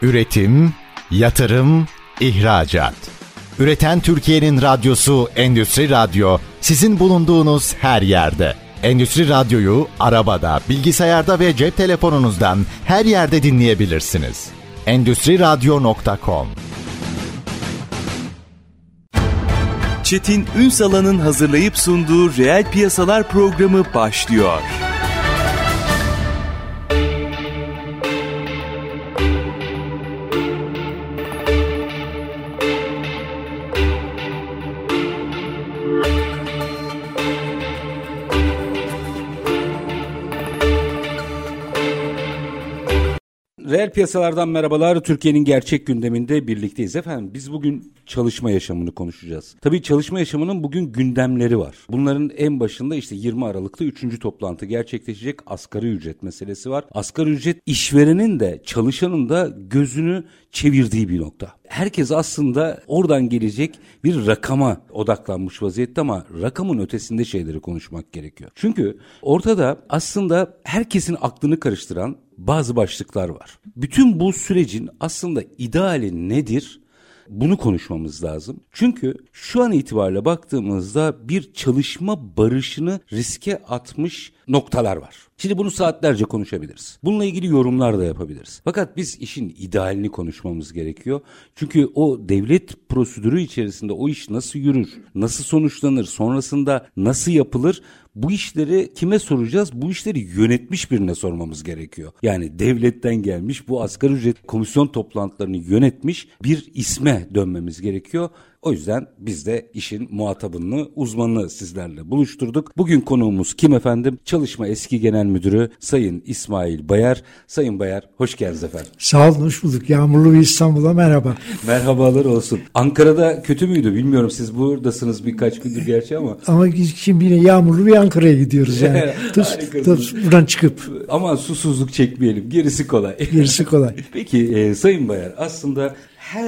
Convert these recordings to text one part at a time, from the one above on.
Üretim, yatırım, ihracat. Üreten Türkiye'nin radyosu Endüstri Radyo, sizin bulunduğunuz her yerde. Endüstri Radyo'yu arabada, bilgisayarda ve cep telefonunuzdan her yerde dinleyebilirsiniz. Endüstriradyo.com. Çetin Ünsal'ın hazırlayıp sunduğu Reel Piyasalar programı başlıyor. Reel piyasalardan merhabalar. Türkiye'nin gerçek gündeminde birlikteyiz efendim. Biz bugün çalışma yaşamını konuşacağız. Tabii çalışma yaşamının bugün gündemleri var. Bunların en başında işte 20 Aralık'ta 3. toplantı gerçekleşecek asgari ücret meselesi var. Asgari ücret işverenin de çalışanın da gözünü çevirdiği bir nokta. Herkes aslında oradan gelecek bir rakama odaklanmış vaziyette ama rakamın ötesinde şeyleri konuşmak gerekiyor. Çünkü ortada aslında herkesin aklını karıştıran bazı başlıklar var. Bütün bu sürecin aslında ideali nedir? Bunu konuşmamız lazım. Çünkü şu an itibariyle baktığımızda bir çalışma barışını riske atmış noktalar var. Şimdi bunu saatlerce konuşabiliriz. Bununla ilgili yorumlar da yapabiliriz. Fakat biz işin idealini konuşmamız gerekiyor. Çünkü o devlet prosedürü içerisinde o iş nasıl yürür, nasıl sonuçlanır, sonrasında nasıl yapılır? Bu işleri kime soracağız? Bu işleri yönetmiş birine sormamız gerekiyor. Yani devletten gelmiş bu asgari ücret komisyon toplantılarını yönetmiş bir isme dönmemiz gerekiyor. O yüzden biz de işin muhatabını, uzmanını sizlerle buluşturduk. Bugün konuğumuz kim efendim? Çalışma Eski Genel Müdürü Sayın İsmail Bayar. Sayın Bayar, hoş geldiniz efendim. Sağ olun, hoş bulduk. Yağmurlu bir İstanbul'a merhaba. Merhabalar olsun. Ankara'da kötü müydü bilmiyorum. Siz buradasınız birkaç gündür gerçi ama. Ama şimdi yine yağmurlu bir Ankara'ya gidiyoruz yani. Buradan çıkıp. Aman susuzluk çekmeyelim. Gerisi kolay. Gerisi kolay. Peki Sayın Bayar, aslında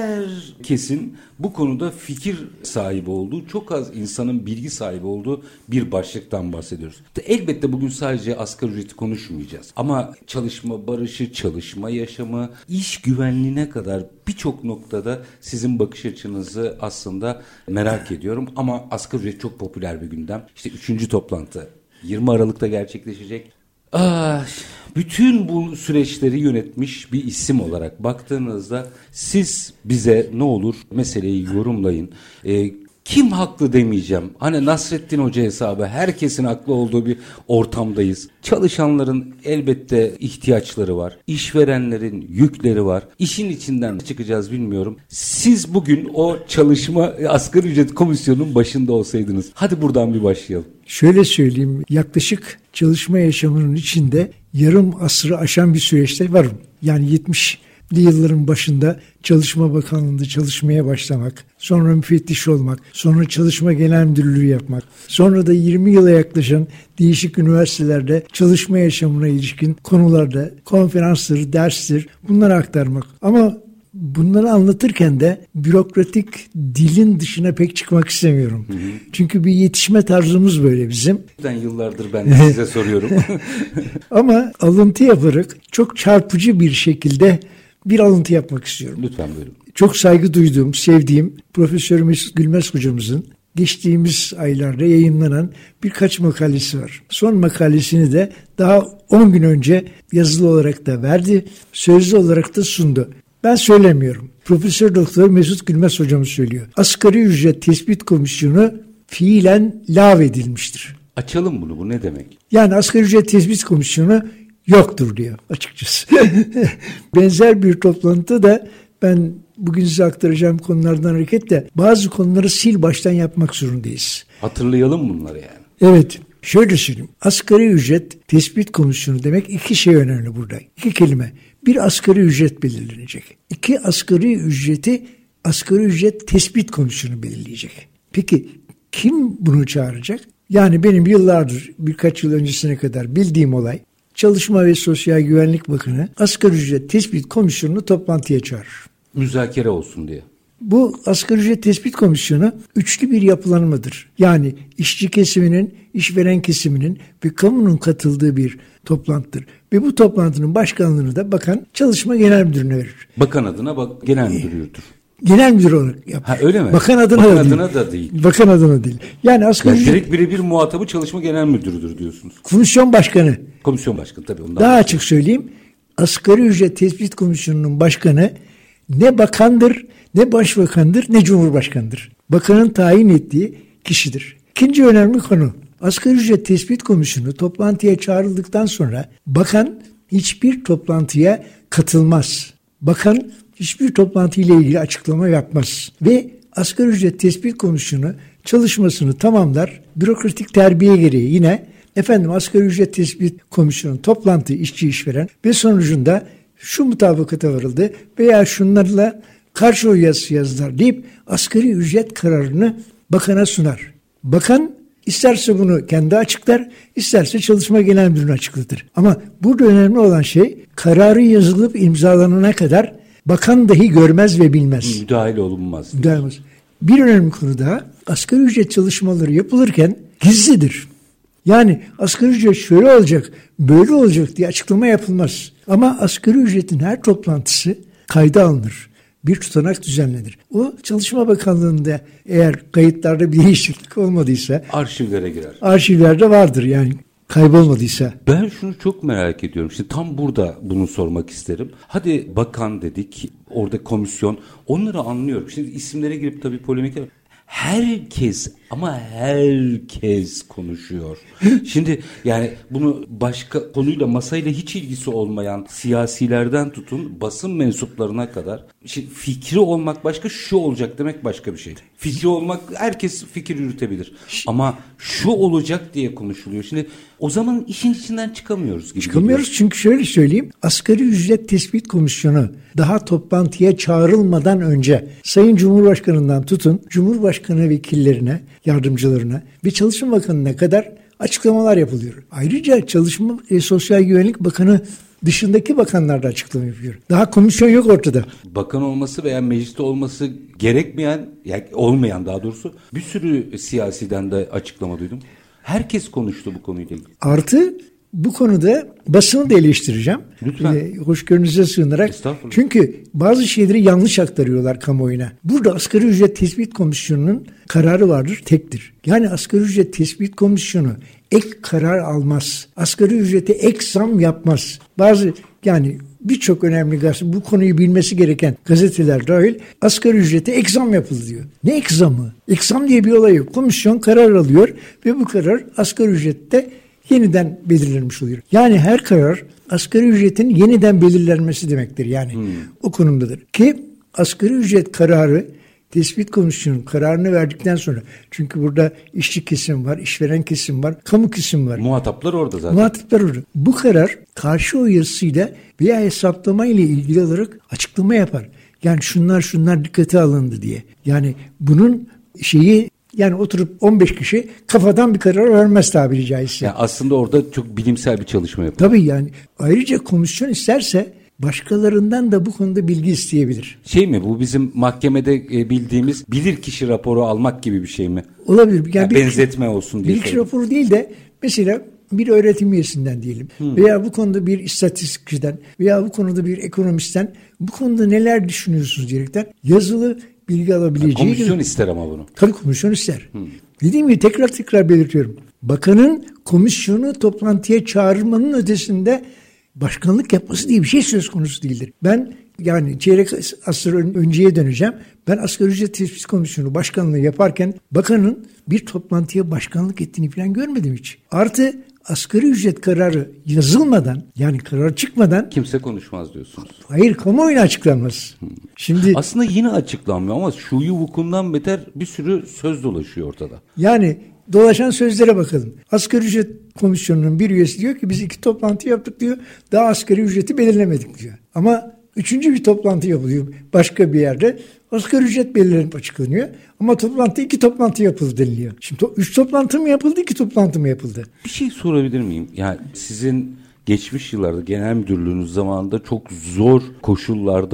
herkesin bu konuda fikir sahibi olduğu, çok az insanın bilgi sahibi olduğu bir başlıktan bahsediyoruz. Elbette bugün sadece asgari ücreti konuşmayacağız. Ama çalışma barışı, çalışma yaşamı, iş güvenliğine kadar birçok noktada sizin bakış açınızı aslında merak ediyorum. Ama asgari ücret çok popüler bir gündem. İşte 3. toplantı 20 Aralık'ta gerçekleşecek. Bütün bu süreçleri yönetmiş bir isim olarak baktığınızda siz bize ne olur meseleyi yorumlayın. Kim haklı demeyeceğim. Hani Nasrettin Hoca hesabı, herkesin haklı olduğu bir ortamdayız. Çalışanların elbette ihtiyaçları var. İşverenlerin yükleri var. İşin içinden çıkacağız bilmiyorum. Siz bugün o çalışma asgari ücret komisyonunun başında olsaydınız. Hadi buradan bir başlayalım. Şöyle söyleyeyim, yaklaşık çalışma yaşamının içinde yarım asrı aşan bir süreçte varım. Yani 70'li yılların başında Çalışma Bakanlığı'nda çalışmaya başlamak, sonra müfettiş olmak, sonra Çalışma Genel Müdürlüğü yapmak, sonra da 20 yıla yaklaşan değişik üniversitelerde çalışma yaşamına ilişkin konularda konferansları, dersler bunları aktarmak. Ama bunları anlatırken de bürokratik dilin dışına pek çıkmak istemiyorum. Hı hı. Çünkü bir yetişme tarzımız böyle bizim. Yıllardır ben de size soruyorum. Ama alıntı yaparak çok çarpıcı bir şekilde bir alıntı yapmak istiyorum. Lütfen buyurun. Çok saygı duyduğum, sevdiğim Profesör Mesut Gülmez hocamızın geçtiğimiz aylarda yayınlanan birkaç makalesi var. Son makalesini de daha 10 gün önce yazılı olarak da verdi, sözlü olarak da sundu. Ben söylemiyorum. Profesör Doktor Mesut Gülmez hocamız söylüyor. Asgari ücret tespit komisyonu fiilen lağvedilmiştir. Açalım bunu. Bu ne demek? Yani asgari ücret tespit komisyonu yoktur diyor açıkçası. Benzer bir toplantıda da ben bugün size aktaracağım konulardan hareketle bazı konuları sil baştan yapmak zorundayız. Hatırlayalım bunları yani. Evet. Şöyle söyleyeyim. Asgari ücret tespit komisyonu demek iki şey önemli burada. İki kelime. Bir, asgari ücret belirlenecek. İki, asgari ücret tespit komisyonu belirleyecek. Peki kim bunu çağıracak? Yani benim yıllardır, birkaç yıl öncesine kadar bildiğim olay, Çalışma ve Sosyal Güvenlik Bakanı asgari ücret tespit komisyonunu toplantıya çağırır. Müzakere olsun diye. Bu asgari ücret tespit komisyonu üçlü bir yapılanmadır. Yani işçi kesiminin, işveren kesiminin ve kamunun katıldığı bir toplantıdır. Ve bu toplantının başkanlığını da bakan Çalışma Genel Müdürü'ne verir. Bakan adına genel müdür yürütür. Genel müdür olarak yapar. Ha, öyle mi? Bakan adına da değil. Bakan adına değil. Yani asgari ücret... Direkt birebir muhatabı Çalışma Genel Müdürü'dür diyorsunuz. Komisyon başkanı. Komisyon başkanı tabii. Ondan daha açık söyleyeyim. Asgari ücret tespit komisyonunun başkanı ne bakandır, ne başbakandır, ne cumhurbaşkanıdır. Bakanın tayin ettiği kişidir. İkinci önemli konu. Asgari ücret tespit komisyonu toplantıya çağrıldıktan sonra bakan hiçbir toplantıya katılmaz. Bakan hiçbir toplantıyla ilgili açıklama yapmaz. Ve asgari ücret tespit komisyonu çalışmasını tamamlar. Bürokratik terbiye gereği yine asgari ücret tespit komisyonu toplantı işçi işveren ve sonucunda şu mutabakata varıldı veya şunlarla karşı oy yazısı yazdılar deyip asgari ücret kararını bakana sunar. Bakan isterse bunu kendi açıklar, isterse Çalışma Genel Müdürü'ne açıklatır. Ama burada önemli olan şey kararı yazılıp imzalanana kadar bakan dahi görmez ve bilmez. Müdahale olunmaz. Bir önemli konu daha, asgari ücret çalışmaları yapılırken gizlidir. Yani asgari ücret şöyle olacak, böyle olacak diye açıklama yapılmaz. Ama asgari ücretin her toplantısı kayda alınır. Bir tutanak düzenlenir. O Çalışma Bakanlığı'nda eğer kayıtlarda bir değişiklik olmadıysa arşivlere girer. Arşivlerde vardır yani kaybolmadıysa. Ben şunu çok merak ediyorum. İşte tam burada bunu sormak isterim. Hadi bakan dedik, orada komisyon, onları anlıyorum. Şimdi isimlere girip tabii polemik herkes ama herkes konuşuyor. Şimdi yani bunu başka konuyla masayla hiç ilgisi olmayan siyasilerden tutun basın mensuplarına kadar fikri olmak başka, şu olacak demek başka bir şey. Fikri olmak, herkes fikir yürütebilir. Ama şu olacak diye konuşuluyor. Şimdi o zaman işin içinden çıkamıyoruz gibi. Çıkamıyoruz çünkü şöyle söyleyeyim. Asgari ücret tespit komisyonu daha toplantıya çağrılmadan önce Sayın Cumhurbaşkanı'ndan tutun Cumhurbaşkanı vekillerine, yardımcılarına ve Çalışma Bakanı'na kadar açıklamalar yapılıyor. Ayrıca Çalışma ve Sosyal Güvenlik Bakanı dışındaki bakanlar da açıklama yapıyor. Daha komisyon yok ortada. Bakan olması veya mecliste olması gerekmeyen, yani olmayan daha doğrusu bir sürü siyasiden de açıklama duydum. Herkes konuştu bu konuyla ilgili. Artı bu konuda basını da eleştireceğim. Lütfen. Hoşgörünüze sığınarak. Çünkü bazı şeyleri yanlış aktarıyorlar kamuoyuna. Burada Asgari Ücret Tespit Komisyonu'nun kararı vardır, tektir. Yani Asgari Ücret Tespit Komisyonu ek karar almaz. Asgari ücrete ek zam yapmaz. Birçok önemli gazete, bu konuyu bilmesi gereken gazeteler dahil asgari ücrete ek zam yapıldı diyor. Ne ek zamı? Ek zam diye bir olay yok. Komisyon karar alıyor ve bu karar asgari ücrette yeniden belirlenmiş oluyor. Yani her karar asgari ücretin yeniden belirlenmesi demektir. Yani o konumdadır. Ki asgari ücret kararı tespit komisyonunun kararını verdikten sonra, çünkü burada işçi kesim var, işveren kesim var, kamu kesim var. Muhataplar orada zaten. Muhataplar orada. Bu karar karşı oy yazısıyla veya hesaplama ile ilgili olarak açıklama yapar. Yani şunlar dikkate alındı diye. Yani bunun oturup 15 kişi kafadan bir karar vermez tabiri caizse. Yani aslında orada çok bilimsel bir çalışma yapıyor. Tabii yani. Ayrıca komisyon isterse başkalarından da bu konuda bilgi isteyebilir. Bu bizim mahkemede bildiğimiz bilirkişi raporu almak gibi bir şey mi? Olabilir. Yani benzetme olsun diye. Bilirkişi raporu değil de mesela bir öğretim üyesinden diyelim veya bu konuda bir istatistikçiden veya bu konuda bir ekonomistten bu konuda neler düşünüyorsunuz diyerekten yazılı bilgi alabileceği. Komisyon ister ama bunu. Tabii komisyon ister. Dediğim gibi tekrar belirtiyorum. Bakanın komisyonu toplantıya çağırmanın ötesinde başkanlık yapması diye bir şey söz konusu değildir. Ben çeyrek asır önceye döneceğim. Ben Asgari Ücret Tespit Komisyonu başkanlığı yaparken bakanın bir toplantıya başkanlık ettiğini falan görmedim hiç. Artı asgari ücret kararı yazılmadan, yani karar çıkmadan kimse konuşmaz diyorsunuz. Hayır, kamuoyuna açıklanmaz. Şimdi aslında yine açıklanmıyor ama şuyu vukundan beter bir sürü söz dolaşıyor ortada. Yani dolaşan sözlere bakalım. Asgari Ücret Komisyonu'nun bir üyesi diyor ki biz 2 toplantı yaptık diyor. Daha asgari ücreti belirlemedik diyor. Ama 3. bir toplantı yapılıyor başka bir yerde. Asgari ücret belirlenip açıklanıyor. Ama 2 toplantı yapıldı deniliyor. Şimdi 3 toplantı mı yapıldı, 2 toplantı mı yapıldı? Bir şey sorabilir miyim? Yani sizin geçmiş yıllarda genel müdürlüğünüz zamanında çok zor koşullarda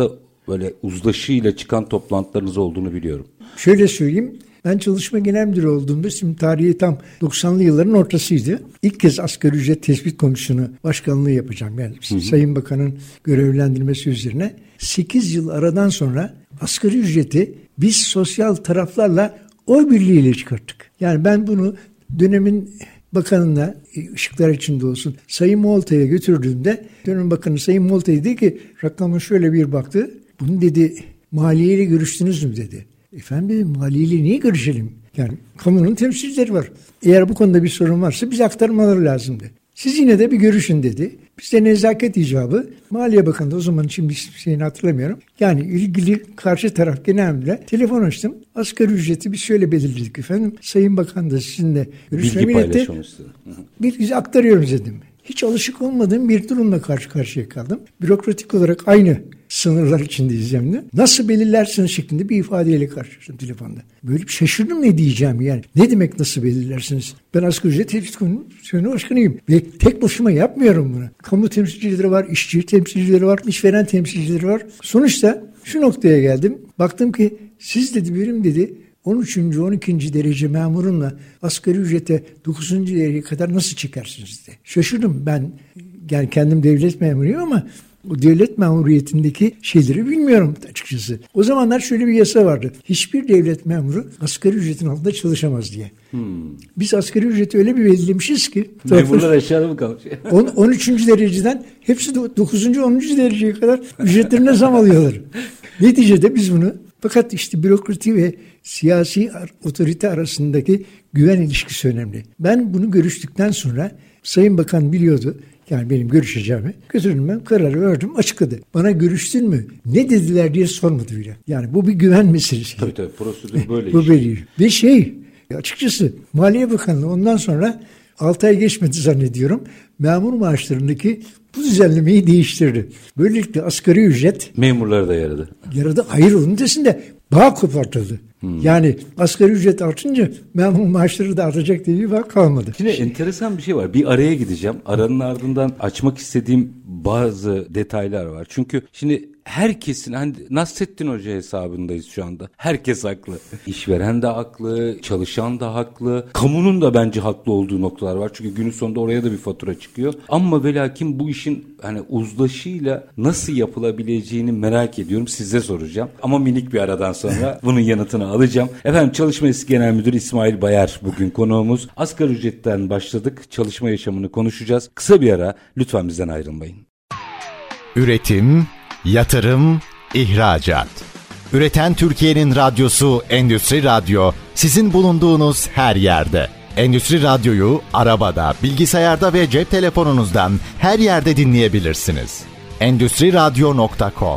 böyle uzlaşıyla çıkan toplantılarınız olduğunu biliyorum. Şöyle söyleyeyim. Ben Çalışma Genel Müdürü olduğumda, şimdi tarihi tam 90'lı yılların ortasıydı. İlk kez Asgari Ücret Tespit Komisyonu başkanlığı yapacağım. Yani Sayın Bakan'ın görevlendirmesi üzerine 8 yıl aradan sonra asgari ücreti biz sosyal taraflarla oy birliğiyle çıkarttık. Yani ben bunu dönemin bakanına, ışıklar içinde olsun, Sayın Moğoltay'a götürdüğümde dönemin bakanı Sayın Moğoltay dedi ki, rakama şöyle bir baktı. Bunu dedi, maliyeyle görüştünüz mü dedi. Efendim dedim, maliyeyle niye görüşelim? Yani kamunun temsilcileri var. Eğer bu konuda bir sorun varsa bize aktarmaları lazımdı. Siz yine de bir görüşün dedi. Biz de nezaket icabı Maliye Bakanı da, o zaman şimdi şeyini hatırlamıyorum. Yani ilgili karşı taraf genel müdüre telefon açtım. Asgari ücreti biz şöyle belirledik efendim. Sayın Bakan da sizinle görüşmemi iletti. Bilgi aktarıyoruz dedim. Hiç alışık olmadığım bir durumla karşı karşıya kaldım. Bürokratik olarak aynı sınırlar içindeyiz hem de. Nasıl belirlersiniz şeklinde bir ifadeyle karşılaştım telefonda. Böyle bir şaşırdım ne diyeceğim yani. Ne demek nasıl belirlersiniz? Ben Asgari Ücret Tespit Komisyonu başkanıyım. Ve tek başıma yapmıyorum bunu. Kamu temsilcileri var, işçi temsilcileri var, işveren temsilcileri var. Sonuçta şu noktaya geldim. Baktım ki siz dedi, benim dedi 13. 12. derece memurunla asgari ücrete 9. dereceye kadar nasıl çekersiniz diye. Şaşırdım ben. Yani kendim devlet memuruyum ama o devlet memuriyetindeki şeyleri bilmiyorum açıkçası. O zamanlar şöyle bir yasa vardı. Hiçbir devlet memuru asgari ücretin altında çalışamaz diye. Biz asgari ücreti öyle bir belirlemişiz ki. Memurlar aşağıda mı kalmış? 13. dereceden hepsi 9. 10. dereceye kadar ücretlerine zam alıyorlar. Neticede biz bunu, fakat işte bürokrasi ve siyasi otorite arasındaki güven ilişkisi önemli. Ben bunu görüştükten sonra Sayın Bakan biliyordu. Yani benim görüşeceğimi. Götürdüm, ben kararı verdim, açıkladı. Bana görüştün mü? Ne dediler diye sormadı bile. Yani bu bir güven meselesi. Tabii prosedür böyle. Bu belli. Ve açıkçası Maliye Bakanlığı ondan sonra 6 ay geçmedi zannediyorum. Memur maaşlarındaki bu düzenlemeyi değiştirdi. Böylelikle asgari ücret memurlara da yaradı. Hayır, onun ötesinde bağ kopartıldı. Yani asgari ücret artınca memur maaşları da artacak diye bir bağ kalmadı. Şimdi enteresan bir şey var. Bir araya gideceğim. Aranın ardından açmak istediğim bazı detaylar var. Çünkü şimdi herkesin, hani Nasrettin Hoca hesabındayız şu anda. Herkes haklı. İşveren de haklı, çalışan da haklı. Kamunun da bence haklı olduğu noktalar var. Çünkü günün sonunda oraya da bir fatura çıkıyor. Ama ve lakin bu işin hani uzlaşıyla nasıl yapılabileceğini merak ediyorum. Size soracağım. Ama minik bir aradan sonra bunun yanıtını alacağım. Efendim, Çalışma Eski Genel Müdürü İsmail Bayar bugün konuğumuz. Asgari ücretten başladık. Çalışma yaşamını konuşacağız. Kısa bir ara. Lütfen bizden ayrılmayın. Üretim, yatırım, ihracat. Üreten Türkiye'nin radyosu Endüstri Radyo, sizin bulunduğunuz her yerde. Endüstri Radyo'yu arabada, bilgisayarda ve cep telefonunuzdan her yerde dinleyebilirsiniz. Endüstriradyo.com.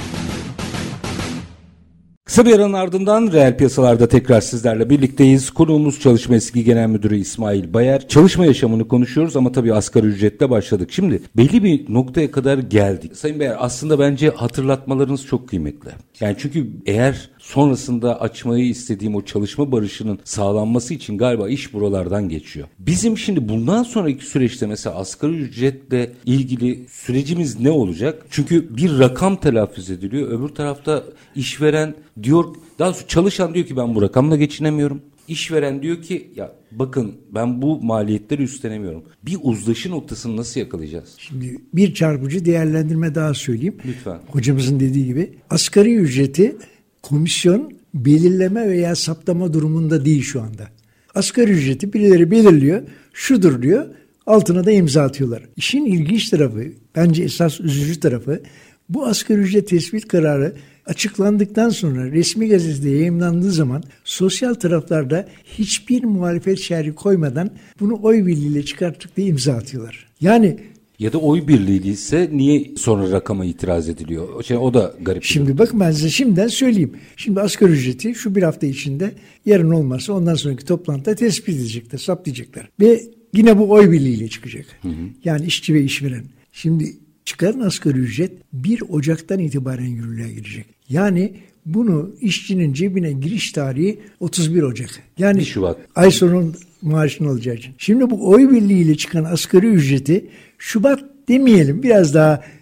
Kısa bir aranın ardından reel piyasalarda tekrar sizlerle birlikteyiz. Konuğumuz Çalışma Eski Genel Müdürü İsmail Bayar. Çalışma yaşamını konuşuyoruz ama tabii asgari ücretle başladık. Şimdi belli bir noktaya kadar geldik. Sayın Bayar, aslında bence hatırlatmalarınız çok kıymetli. Yani çünkü eğer sonrasında açmayı istediğim o çalışma barışının sağlanması için galiba iş buralardan geçiyor. Bizim şimdi bundan sonraki süreçte mesela asgari ücretle ilgili sürecimiz ne olacak? Çünkü bir rakam telaffuz ediliyor. Öbür tarafta işveren diyor, daha doğrusu çalışan diyor ki ben bu rakamla geçinemiyorum. İşveren diyor ki ya bakın ben bu maliyetleri üstlenemiyorum. Bir uzlaşı noktasını nasıl yakalayacağız? Şimdi bir çarpıcı değerlendirme daha söyleyeyim. Lütfen. Hocamızın dediği gibi asgari ücreti komisyon belirleme veya saptama durumunda değil şu anda. Asgari ücreti birileri belirliyor, şudur diyor, altına da imza atıyorlar. İşin ilginç tarafı, bence esas üzücü tarafı, bu asgari ücret tespit kararı açıklandıktan sonra resmi gazetede yayımlandığı zaman sosyal taraflarda hiçbir muhalefet şerhi koymadan bunu oy birliğiyle çıkarttık diye imza atıyorlar. Yani ya da oy birliği ise niye sonra rakama itiraz ediliyor? O da garip. Şimdi bakın, ben size şimdiden söyleyeyim. Şimdi asgari ücreti şu bir hafta içinde, yarın olmazsa ondan sonraki toplantıda tespit edecekler, saptayacaklar. Ve yine bu oy birliğiyle çıkacak. Yani işçi ve işveren. Şimdi çıkarın asgari ücret 1 Ocak'tan itibaren yürürlüğe girecek. Yani bunu işçinin cebine giriş tarihi 31 Ocak. Yani Şubat. Ay sonu maaşını alacağı için. Şimdi bu oy birliğiyle çıkan asgari ücreti Şubat demeyelim, biraz daha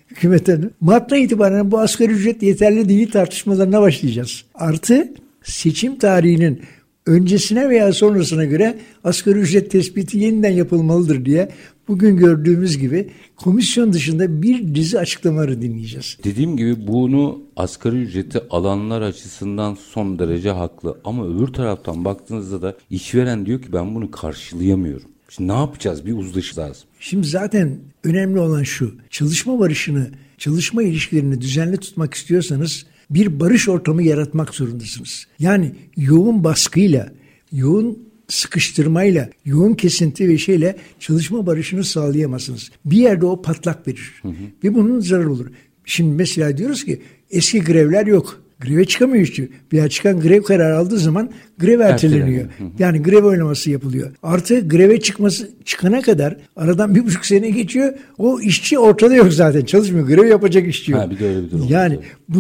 hükümetten. Mart'tan itibaren bu asgari ücret yeterli değil tartışmalarına başlayacağız. Artı seçim tarihinin öncesine veya sonrasına göre asgari ücret tespiti yeniden yapılmalıdır diye bugün gördüğümüz gibi komisyon dışında bir dizi açıklamaları dinleyeceğiz. Dediğim gibi bunu asgari ücreti alanlar açısından son derece haklı. Ama öbür taraftan baktığınızda da işveren diyor ki ben bunu karşılayamıyorum. Şimdi ne yapacağız? Bir uzlaşı lazım. Şimdi zaten önemli olan şu. Çalışma barışını, çalışma ilişkilerini düzenli tutmak istiyorsanız bir barış ortamı yaratmak zorundasınız. Yani yoğun baskıyla, yoğun sıkıştırmayla, yoğun kesinti ve şeyle çalışma barışını sağlayamazsınız. Bir yerde o patlak verir. Ve bunun zararı olur. Şimdi mesela diyoruz ki eski grevler yok. Greve çıkamıyor işçi. Veya çıkan grev kararı aldığı zaman grev erteleniyor. Yani grev oylaması yapılıyor. Artı greve çıkana kadar aradan 1,5 sene geçiyor. O işçi ortada yok zaten. Çalışmıyor. Grev yapacak işçi yok. Bir de öyle bir durum. Yani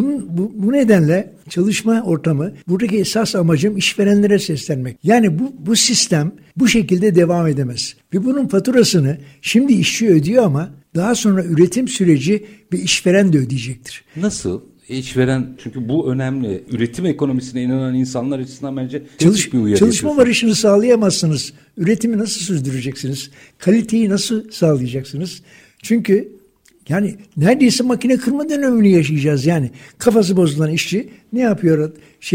bu nedenle çalışma ortamı, buradaki esas amacım işverenlere seslenmek. Yani bu sistem bu şekilde devam edemez. Ve bunun faturasını şimdi işçi ödüyor ama daha sonra üretim süreci ve işveren de ödeyecektir. Nasıl? İşveren, çünkü bu önemli. Üretim ekonomisine inanan insanlar açısından bence bir uyarı. Çalışma barışını sağlayamazsınız. Üretimi nasıl sürdüreceksiniz? Kaliteyi nasıl sağlayacaksınız? Çünkü yani neredeyse makine kırma dönemini yaşayacağız. Yani kafası bozulan işçi ne yapıyor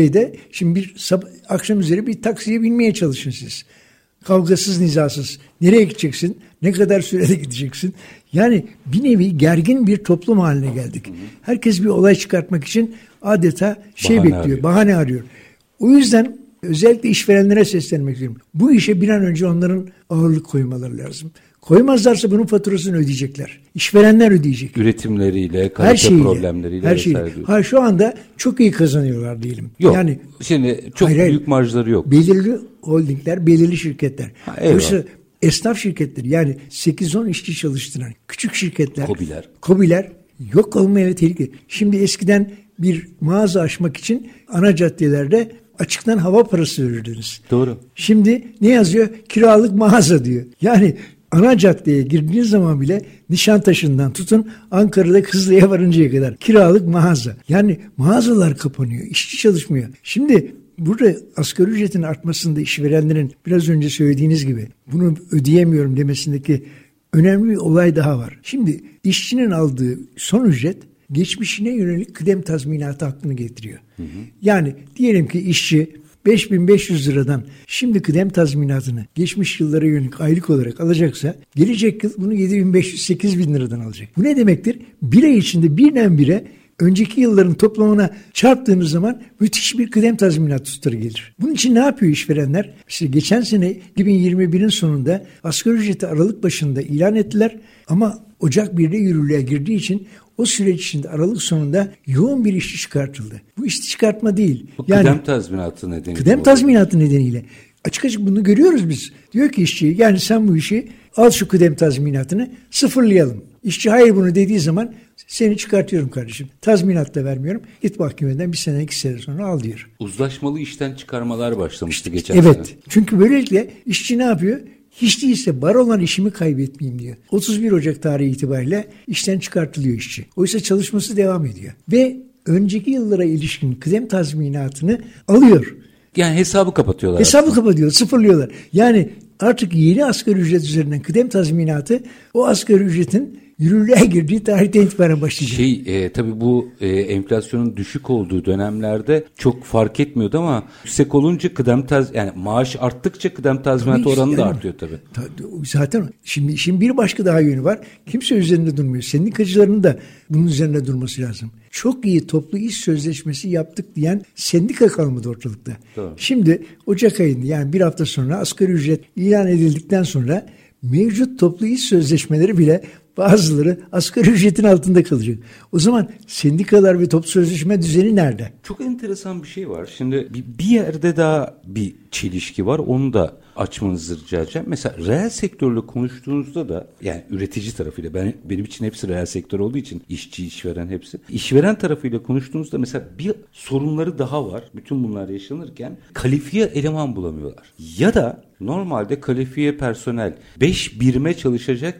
şimdi akşam üzeri bir taksiye binmeye çalışın siz. Kavgasız, nizasız. Nereye gideceksin? Ne kadar sürede gideceksin? Yani bir nevi gergin bir toplum haline geldik. Herkes bir olay çıkartmak için adeta bahane arıyor. O yüzden özellikle işverenlere seslenmek istiyorum. Bu işe bir an önce onların ağırlık koymaları lazım. Koymazlarsa bunun faturasını ödeyecekler. İşverenler ödeyecek. Üretimleriyle, kalite problemleriyle. Her şeyle. Şu anda çok iyi kazanıyorlar diyelim. Yok. Yani şimdi çok büyük marjları yok. Belirli holdingler, belirli şirketler. Oysa esnaf şirketleri, yani 8-10 işçi çalıştıran küçük şirketler, KOBİ'ler yok olmaya tehlikeli. Şimdi eskiden bir mağaza açmak için ana caddelerde açıktan hava parası verirdiniz. Doğru. Şimdi ne yazıyor? Kiralık mağaza diyor. Yani ana caddeye girdiğiniz zaman bile Nişantaşı'ndan tutun Ankara'da Kızılay'a varıncaya kadar kiralık mağaza. Yani mağazalar kapanıyor, işçi çalışmıyor. Şimdi burada asgari ücretin artmasında işverenlerin biraz önce söylediğiniz gibi bunu ödeyemiyorum demesindeki önemli bir olay daha var. Şimdi işçinin aldığı son ücret geçmişine yönelik kıdem tazminatı hakkını getiriyor. Yani diyelim ki işçi 5.500 liradan şimdi kıdem tazminatını geçmiş yıllara yönelik aylık olarak alacaksa gelecek yıl bunu 7.500-8.000 liradan alacak. Bu ne demektir? Bir ay içinde birdenbire önceki yılların toplamına çarptığınız zaman müthiş bir kıdem tazminatı tutarı gelir. Bunun için ne yapıyor işverenler? İşte geçen sene 2021'in sonunda asgari ücreti Aralık başında ilan ettiler ama Ocak 1'de yürürlüğe girdiği için o süreç içinde Aralık sonunda yoğun bir işçi çıkartıldı. Bu işçi çıkartma değil. Bu kıdem tazminatı nedeniyle. Kıdem tazminatı nedeniyle. Açık açık bunu görüyoruz biz. Diyor ki işçi, yani sen bu işi al, şu kıdem tazminatını sıfırlayalım. İşçi hayır bunu dediği zaman seni çıkartıyorum kardeşim. Tazminat da vermiyorum. Git mahkemeden 1 sene 2 sene sonra al diyor. Uzlaşmalı işten çıkarmalar başlamıştı geçen sene. Evet. Çünkü böylelikle işçi ne yapıyor? Hiç değilse var olan işimi kaybetmeyeyim diyor. 31 Ocak tarihi itibariyle işten çıkartılıyor işçi. Oysa çalışması devam ediyor. Ve önceki yıllara ilişkin kıdem tazminatını alıyor. Yani hesabı kapatıyorlar. Kapatıyor, sıfırlıyorlar. Yani artık yeni asgari ücret üzerinden kıdem tazminatı o asgari ücretin yürürlüğe girdiği tarihten itibaren başlayacak. Tabii bu enflasyonun düşük olduğu dönemlerde çok fark etmiyordu ama yüksek olunca yani maaş arttıkça kıdem tazminatı oranı da artıyor tabii. Zaten şimdi işin bir başka daha yönü var. Kimse üzerinde durmuyor. Sendikacıların da bunun üzerinde durması lazım. Çok iyi toplu iş sözleşmesi yaptık diyen sendika kalmadı ortalıkta. Doğru. Şimdi Ocak ayında, yani bir hafta sonra asgari ücret ilan edildikten sonra mevcut toplu iş sözleşmeleri bile bazıları asgari ücretin altında kalacak. O zaman sendikalar ve toplu sözleşme düzeni nerede? Çok enteresan bir şey var. Şimdi bir yerde daha bir çelişki var. Onu da açmanızı rica edeceğim. Mesela reel sektörle konuştuğunuzda da, yani üretici tarafıyla, benim için hepsi reel sektör olduğu için işçi, işveren hepsi. İşveren tarafıyla konuştuğunuzda mesela bir sorunları daha var. Bütün bunlar yaşanırken kalifiye eleman bulamıyorlar. Ya da normalde kalifiye personel 5 birime çalışacakken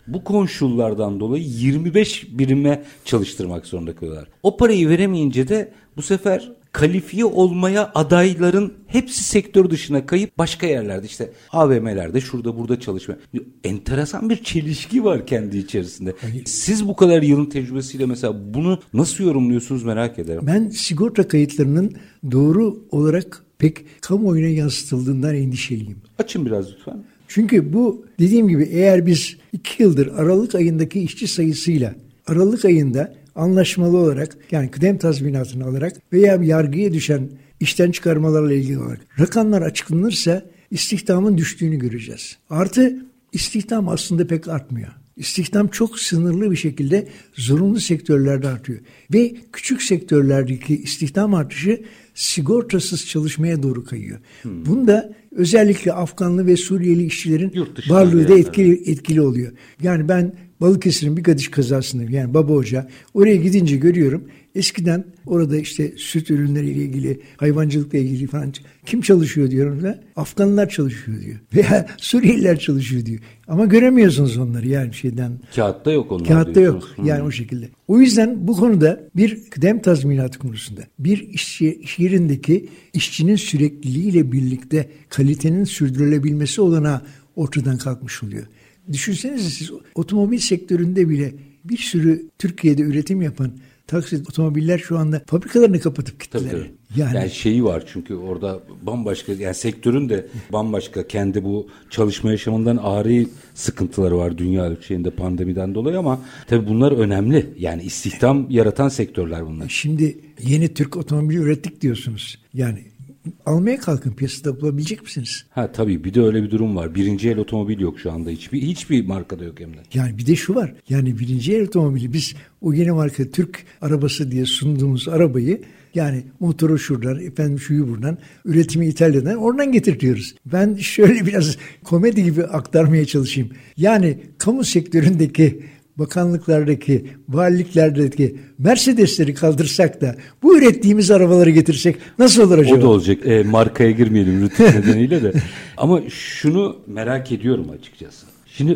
Bu konşullardan dolayı 25 birime çalıştırmak zorunda kalıyorlar. O parayı veremeyince de bu sefer kalifiye olmaya adayların hepsi sektör dışına kayıp başka yerlerde işte AVM'lerde şurada burada çalışma. Enteresan bir çelişki var kendi içerisinde. Siz bu kadar yılın tecrübesiyle mesela bunu nasıl yorumluyorsunuz merak ederim. Ben sigorta kayıtlarının doğru olarak pek kamuoyuna yansıtıldığından endişeliyim. Açın biraz lütfen. Çünkü bu dediğim gibi eğer biz 2 yıldır Aralık ayındaki işçi sayısıyla Aralık ayında anlaşmalı olarak yani kıdem tazminatını alarak veya yargıya düşen işten çıkarmalarla ilgili olarak rakamlar açıklanırsa istihdamın düştüğünü göreceğiz. Artı istihdam aslında pek artmıyor. İstihdam çok sınırlı bir şekilde zorunlu sektörlerde artıyor. Ve küçük sektörlerdeki istihdam artışı sigortasız çalışmaya doğru kayıyor. Bunda özellikle Afganlı ve Suriyeli işçilerin varlığı da etkili oluyor. Yani ben Balıkesir'in bir Gadiş kazasında yani Babahoca oraya gidince görüyorum. Eskiden orada işte süt ürünleriyle ilgili, hayvancılıkla ilgili falan kim çalışıyor diyorum da Afganlılar çalışıyor diyor. Veya Suriyeliler çalışıyor diyor. Ama göremiyorsunuz onları yani şeyden. Kağıtta yok onlar. Kağıtta yok yani o şekilde. O yüzden bu konuda bir kıdem tazminatı konusunda bir iş yerindeki işçinin sürekliliğiyle birlikte kalitenin sürdürülebilmesi olanağı ortadan kalkmış oluyor. Düşünsenize siz otomobil sektöründe bile bir sürü Türkiye'de üretim yapan taksit otomobiller şu anda fabrikalarını kapatıp gittiler. Tabii. Yani şeyi var çünkü orada bambaşka yani sektörün de bambaşka kendi bu çalışma yaşamından ağrı sıkıntıları var dünya ölçeğinde pandemiden dolayı ama tabii bunlar önemli. Yani istihdam yaratan sektörler bunlar. Şimdi yeni Türk otomobili ürettik diyorsunuz. Yani almaya kalkın piyasada bulabilecek misiniz? Tabii bir de öyle bir durum var. Birinci el otomobil yok şu anda. Hiçbir markada yok hem de. Yani bir de şu var. Yani birinci el otomobili biz o yeni marka Türk arabası diye sunduğumuz arabayı yani motoru şuradan, efendim şuyu buradan, üretimi İtalya'dan oradan getirtiyoruz. Ben şöyle biraz komedi gibi aktarmaya çalışayım. Yani kamu sektöründeki bakanlıklardaki, valiliklerdeki Mercedesleri kaldırsak da bu ürettiğimiz arabaları getirsek nasıl olur acaba? O da olacak. Markaya girmeyelim rütük nedeniyle de. Ama şunu merak ediyorum açıkçası. Şimdi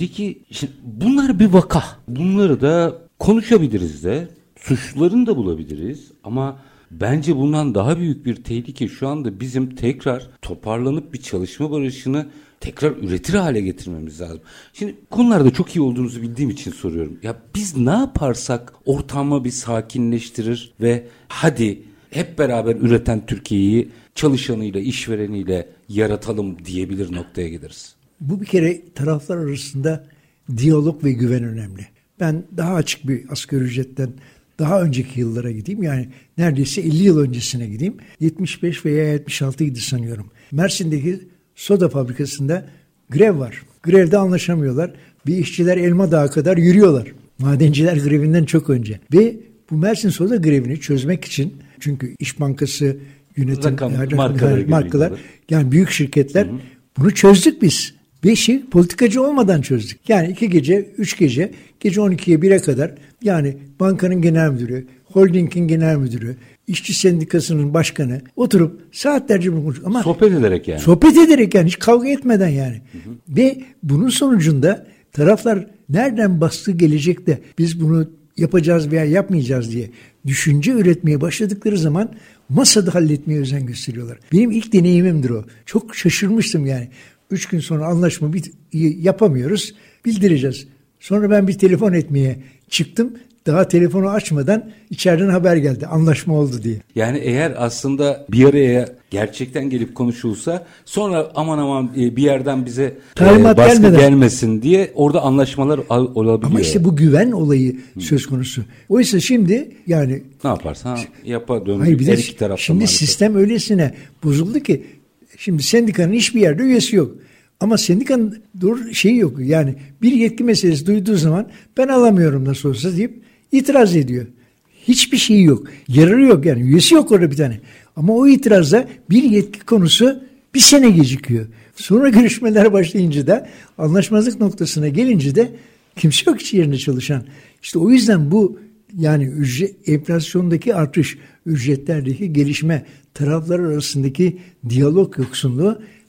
bunlar bir vaka. Bunları da konuşabiliriz de. Suçlularını da bulabiliriz. Ama bence bundan daha büyük bir tehlike şu anda bizim tekrar toparlanıp bir çalışma barışını tekrar üretir hale getirmemiz lazım. Şimdi konularda çok iyi olduğunuzu bildiğim için soruyorum. Ya biz ne yaparsak ortamı bir sakinleştirir ve hadi hep beraber üreten Türkiye'yi çalışanıyla, işvereniyle yaratalım diyebilir noktaya geliriz. Bu bir kere taraflar arasında diyalog ve güven önemli. Ben daha açık bir asgari ücretten daha önceki yıllara gideyim. Yani neredeyse 50 yıl öncesine gideyim. 75 veya 76 idi sanıyorum. Mersin'deki soda fabrikasında grev var. Grevde anlaşamıyorlar. Bir işçiler Elma Dağı kadar yürüyorlar. Madenciler grevinden çok önce. Ve bu Mersin soda grevini çözmek için çünkü İş Bankası yönetim markalar yani büyük şirketler bunu çözdük biz. 5'i politikacı olmadan çözdük. Yani 2 gece, 3 gece, gece 12'ye 1'e kadar yani bankanın genel müdürü, holdingin genel müdürü, işçi sendikasının başkanı oturup saatlerce bunu konuştuk. Ama sohbet ederek yani. Sohbet ederek yani hiç kavga etmeden yani. Ve bunun sonucunda taraflar nereden bastığı gelecek de biz bunu yapacağız veya yapmayacağız diye düşünce üretmeye başladıkları zaman masada halletmeye özen gösteriyorlar. Benim ilk deneyimimdir o. Çok şaşırmıştım yani. 3 gün sonra anlaşma yapamıyoruz, bildireceğiz. Sonra ben bir telefon etmeye çıktım. Daha telefonu açmadan içeriden haber geldi. Anlaşma oldu diye. Yani eğer aslında bir araya gerçekten gelip konuşulsa sonra aman bir yerden bize baskı gelmesin diye orada anlaşmalar olabiliyor. Ama işte bu güven olayı söz konusu. Oysa şimdi yani ne yaparsan yapa döndük her iki taraftan. Şimdi maalesef. Sistem öylesine bozuldu ki şimdi sendikanın hiçbir yerde üyesi yok. Ama sendikanın şeyi yok. Yani bir yetki meselesi duyduğu zaman ben alamıyorum nasıl olsa deyip itiraz ediyor. Hiçbir şeyi yok. Yararı yok yani. Üyesi yok orada bir tane. Ama o itirazda bir yetki konusu bir sene gecikiyor. Sonra görüşmeler başlayınca da anlaşmazlık noktasına gelince de kimse yok hiç yerinde çalışan. İşte o yüzden bu yani enflasyondaki artış, ücretlerdeki gelişme, taraflar arasındaki diyalog yoksunluğu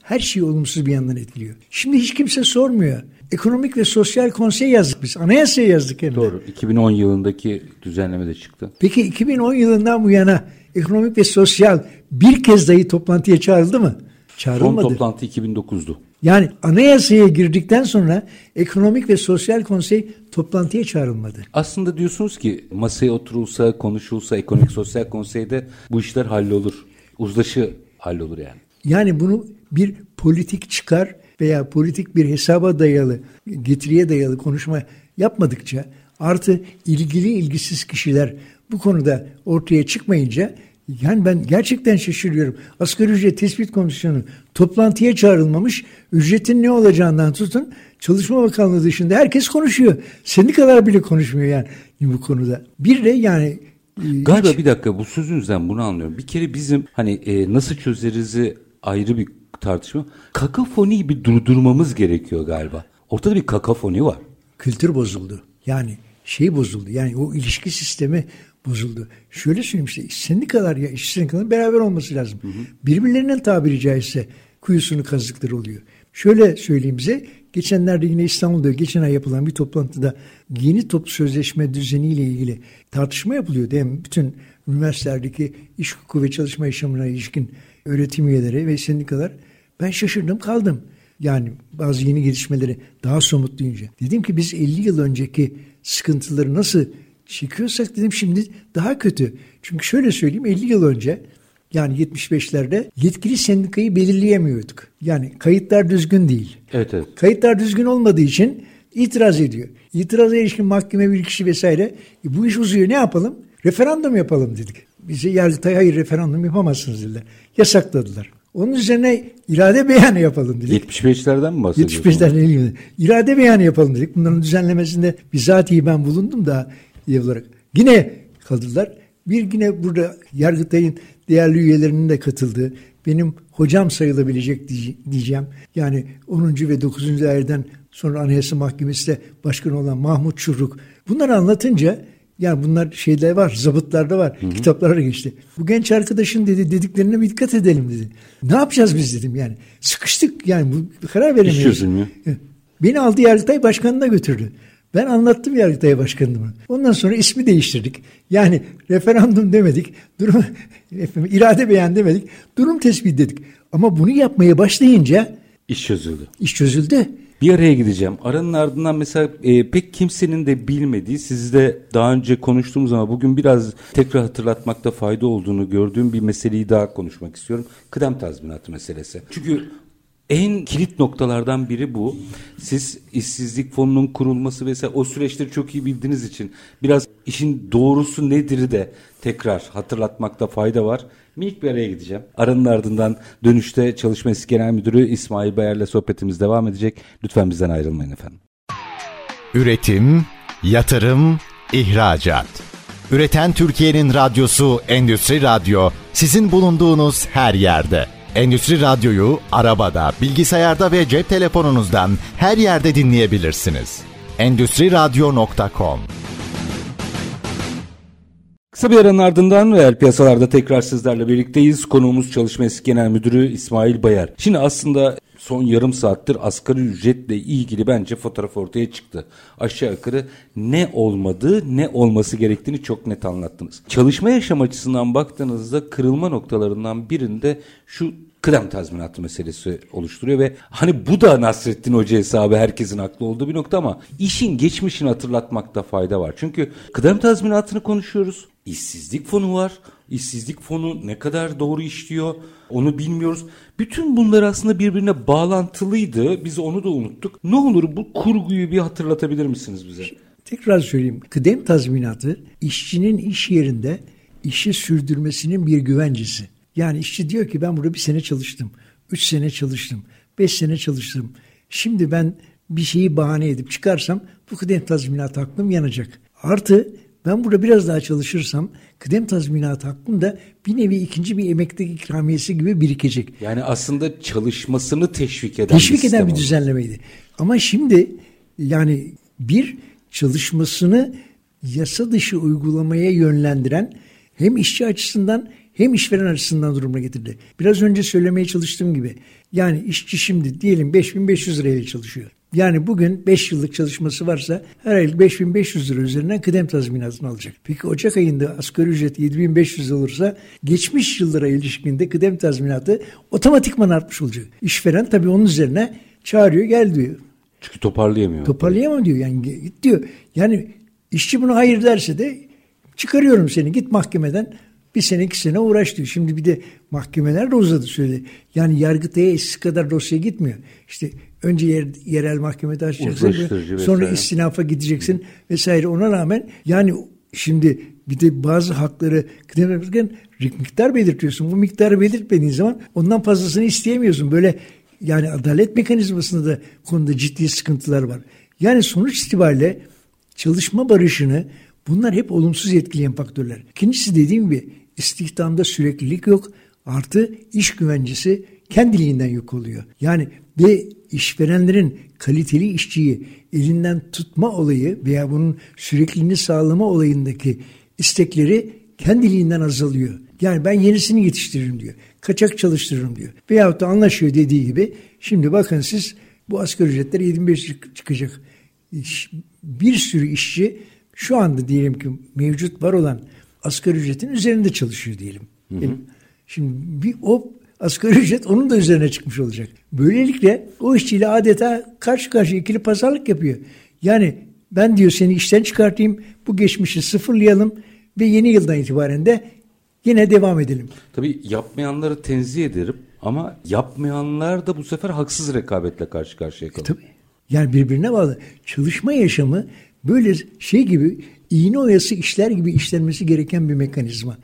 her şeyi olumsuz bir yandan etkiliyor. Şimdi hiç kimse sormuyor. Ekonomik ve Sosyal Konsey yazdık biz. Anayasaya yazdık hem de. Doğru. 2010 yılındaki düzenleme de çıktı. Peki 2010 yılından bu yana Ekonomik ve Sosyal bir kez dahi toplantıya çağrıldı mı? Çağrılmadı. Son toplantı 2009'du. Yani anayasaya girdikten sonra Ekonomik ve Sosyal Konsey toplantıya çağrılmadı. Aslında diyorsunuz ki masaya oturulsa, konuşulsa Ekonomik Sosyal Konsey'de bu işler hallolur. Uzlaşı hallolur yani. Yani bunu bir politik çıkar veya politik bir hesaba dayalı, getiriye dayalı konuşma yapmadıkça, artı ilgili ilgisiz kişiler bu konuda ortaya çıkmayınca, yani ben gerçekten şaşırıyorum. Asgari ücret tespit komisyonu toplantıya çağrılmamış, ücretin ne olacağından tutun Çalışma Bakanlığı dışında herkes konuşuyor. Sendikalar bile konuşmuyor yani bu konuda. Bir de yani galiba bir dakika, bu sözünüzden bunu anlıyorum. Bir kere bizim nasıl çözerizi ayrı bir tartışma. Kakafoniyi bir durdurmamız gerekiyor galiba. Ortada bir kakafoni var. Kültür bozuldu. Yani bozuldu. Yani o ilişki sistemi bozuldu. Şöyle söyleyeyim, işte sendikalar ya işçi sendikaların beraber olması lazım. Hı hı. Birbirlerinin tabiri caizse kuyusunu kazdıkları oluyor. Şöyle söyleyeyim size, geçenlerde yine İstanbul'da geçen ay yapılan bir toplantıda yeni toplu sözleşme düzeniyle ilgili tartışma yapılıyor. Hem bütün üniversitelerdeki iş hukuku ve çalışma yaşamına ilişkin öğretim üyeleri ve sendikalar, ben şaşırdım kaldım. Yani bazı yeni gelişmeleri daha somut duyunca. Dedim ki biz 50 yıl önceki sıkıntıları nasıl çekiyorsak dedim şimdi daha kötü. Çünkü şöyle söyleyeyim, 50 yıl önce yani 75'lerde yetkili sendikayı belirleyemiyorduk. Yani kayıtlar düzgün değil. Evet. Kayıtlar düzgün olmadığı için itiraz ediyor. İtiraza ilişkin mahkeme bilgisi vesaire. Bu iş uzuyor, ne yapalım? Referandum yapalım dedik. Bize Yargıtay hayır referandum yapamazsınız dediler. Yasakladılar. Onun üzerine irade beyanı yapalım dedik. 75'lerden mi bahsediyorsunuz? 75'lerden irade beyanı yapalım dedik. Bunların düzenlemesinde bizatihi ben bulundum da olarak. Yine kaldılar. Yine burada Yargıtay'ın değerli üyelerinin de katıldığı, benim hocam sayılabilecek diyeceğim. Yani 10. ve 9. daireden sonra Anayasa Mahkemesi'de başkan olan Mahmut Çurruk. Bunları anlatınca, yani bunlar şeyler var, zabıtlarda var, kitaplara geçti. Bu genç arkadaşın dediklerine bir dikkat edelim dedi. Ne yapacağız biz dedim yani. Sıkıştık yani, bu karar veremiyoruz. Beni aldı Yargıtay Başkanı'na götürdü. Ben anlattım Yargıtay Başkanı'na. Ondan sonra ismi değiştirdik. Yani referandum demedik, irade beyan demedik, durum tespit dedik. Ama bunu yapmaya başlayınca İş çözüldü. Bir araya gideceğim. Aranın ardından mesela pek kimsenin de bilmediği, sizde daha önce konuştuğumuz ama bugün biraz tekrar hatırlatmakta fayda olduğunu gördüğüm bir meseleyi daha konuşmak istiyorum. Kıdem tazminatı meselesi. Çünkü en kilit noktalardan biri bu. Siz işsizlik fonunun kurulması vesaire o süreçleri çok iyi bildiğiniz için biraz işin doğrusu nedir de tekrar hatırlatmakta fayda var. Minik bir araya gideceğim. Aranın ardından dönüşte Çalışma Eski Genel Müdürü İsmail Bayar'la sohbetimiz devam edecek. Lütfen bizden ayrılmayın efendim. Üretim, yatırım, ihracat. Üreten Türkiye'nin radyosu Endüstri Radyo, sizin bulunduğunuz her yerde. Endüstri Radyo'yu arabada, bilgisayarda ve cep telefonunuzdan her yerde dinleyebilirsiniz. Endüstriradyo.com. Kısa bir aranın ardından reel piyasalarda tekrar sizlerle birlikteyiz. Konuğumuz Çalışma Eski Genel Müdürü İsmail Bayar. Şimdi aslında son yarım saattir asgari ücretle ilgili bence fotoğraf ortaya çıktı. Aşağı yukarı ne olmadığı, ne olması gerektiğini çok net anlattınız. Çalışma yaşam açısından baktığınızda kırılma noktalarından birinde şu kıdem tazminatı meselesi oluşturuyor ve hani bu da Nasrettin Hoca hesabı, herkesin haklı olduğu bir nokta ama işin geçmişini hatırlatmakta fayda var. Çünkü kıdem tazminatını konuşuyoruz. İşsizlik fonu var. İşsizlik fonu ne kadar doğru işliyor onu bilmiyoruz. Bütün bunlar aslında birbirine bağlantılıydı. Biz onu da unuttuk. Ne olur bu kurguyu bir hatırlatabilir misiniz bize? Tekrar söyleyeyim. Kıdem tazminatı işçinin iş yerinde işi sürdürmesinin bir güvencesi. Yani işçi diyor ki ben burada 1 sene çalıştım, 3 sene çalıştım, 5 sene çalıştım. Şimdi ben bir şeyi bahane edip çıkarsam bu kıdem tazminatı hakkım yanacak. Artı ben burada biraz daha çalışırsam kıdem tazminatı hakkım da bir nevi ikinci bir emeklilik ikramiyesi gibi birikecek. Yani aslında çalışmasını teşvik eden bir düzenlemeydi. Ama şimdi yani bir çalışmasını yasa dışı uygulamaya yönlendiren hem işçi açısından hem işveren açısından durumuna getirdi. Biraz önce söylemeye çalıştığım gibi yani işçi şimdi diyelim 5.500 lirayla çalışıyor. Yani bugün 5 yıllık çalışması varsa her ay 5.500 lira üzerinden kıdem tazminatını alacak. Peki Ocak ayında asgari ücret 7.500 olursa geçmiş yıllara ilişkinde kıdem tazminatı otomatikman artmış olacak. İşveren tabii onun üzerine çağırıyor, gel diyor. Çünkü toparlayamıyor. Toparlayamam diyor, yani git diyor. Yani işçi buna hayır derse de çıkarıyorum seni, git mahkemeden 1 sene 2 sene uğraş diyor. Şimdi bir de mahkemeler de uzadı söyledi. Yani Yargıtay'a eskisi kadar dosya gitmiyor. İşte önce yerel mahkemede açacaksın, sonra istinafa gideceksin vesaire. Ona rağmen yani şimdi bir de bazı hakları kıdem yaparken miktar belirtiyorsun. Bu miktarı belirtmediğin zaman ondan fazlasını isteyemiyorsun. Böyle yani adalet mekanizmasında da konuda ciddi sıkıntılar var. Yani sonuç itibariyle çalışma barışını bunlar hep olumsuz etkileyen faktörler. İkincisi dediğim gibi istihdamda süreklilik yok. Artı iş güvencesi kendiliğinden yok oluyor. Yani ve işverenlerin kaliteli işçiyi elinden tutma olayı veya bunun sürekliliğini sağlama olayındaki istekleri kendiliğinden azalıyor. Yani ben yenisini yetiştiririm diyor. Kaçak çalıştırırım diyor. Veyahut da anlaşıyor dediği gibi şimdi bakın siz bu asgari ücretler 25 çıkacak. Bir sürü işçi şu anda diyelim ki mevcut var olan asgari ücretin üzerinde çalışıyor diyelim. Şimdi o asgari ücret onun da üzerine çıkmış olacak. Böylelikle o işçiyle adeta karşı karşıya ikili pazarlık yapıyor. Yani ben diyor seni işten çıkartayım, bu geçmişi sıfırlayalım ve yeni yıldan itibaren de yine devam edelim. Tabii yapmayanları tenzih ederim ama yapmayanlar da bu sefer haksız rekabetle karşı karşıya kalıyor. Tabii. Yani birbirine bağlı. Çalışma yaşamı böyle şey gibi iğne oyası işler gibi işlenmesi gereken bir mekanizma.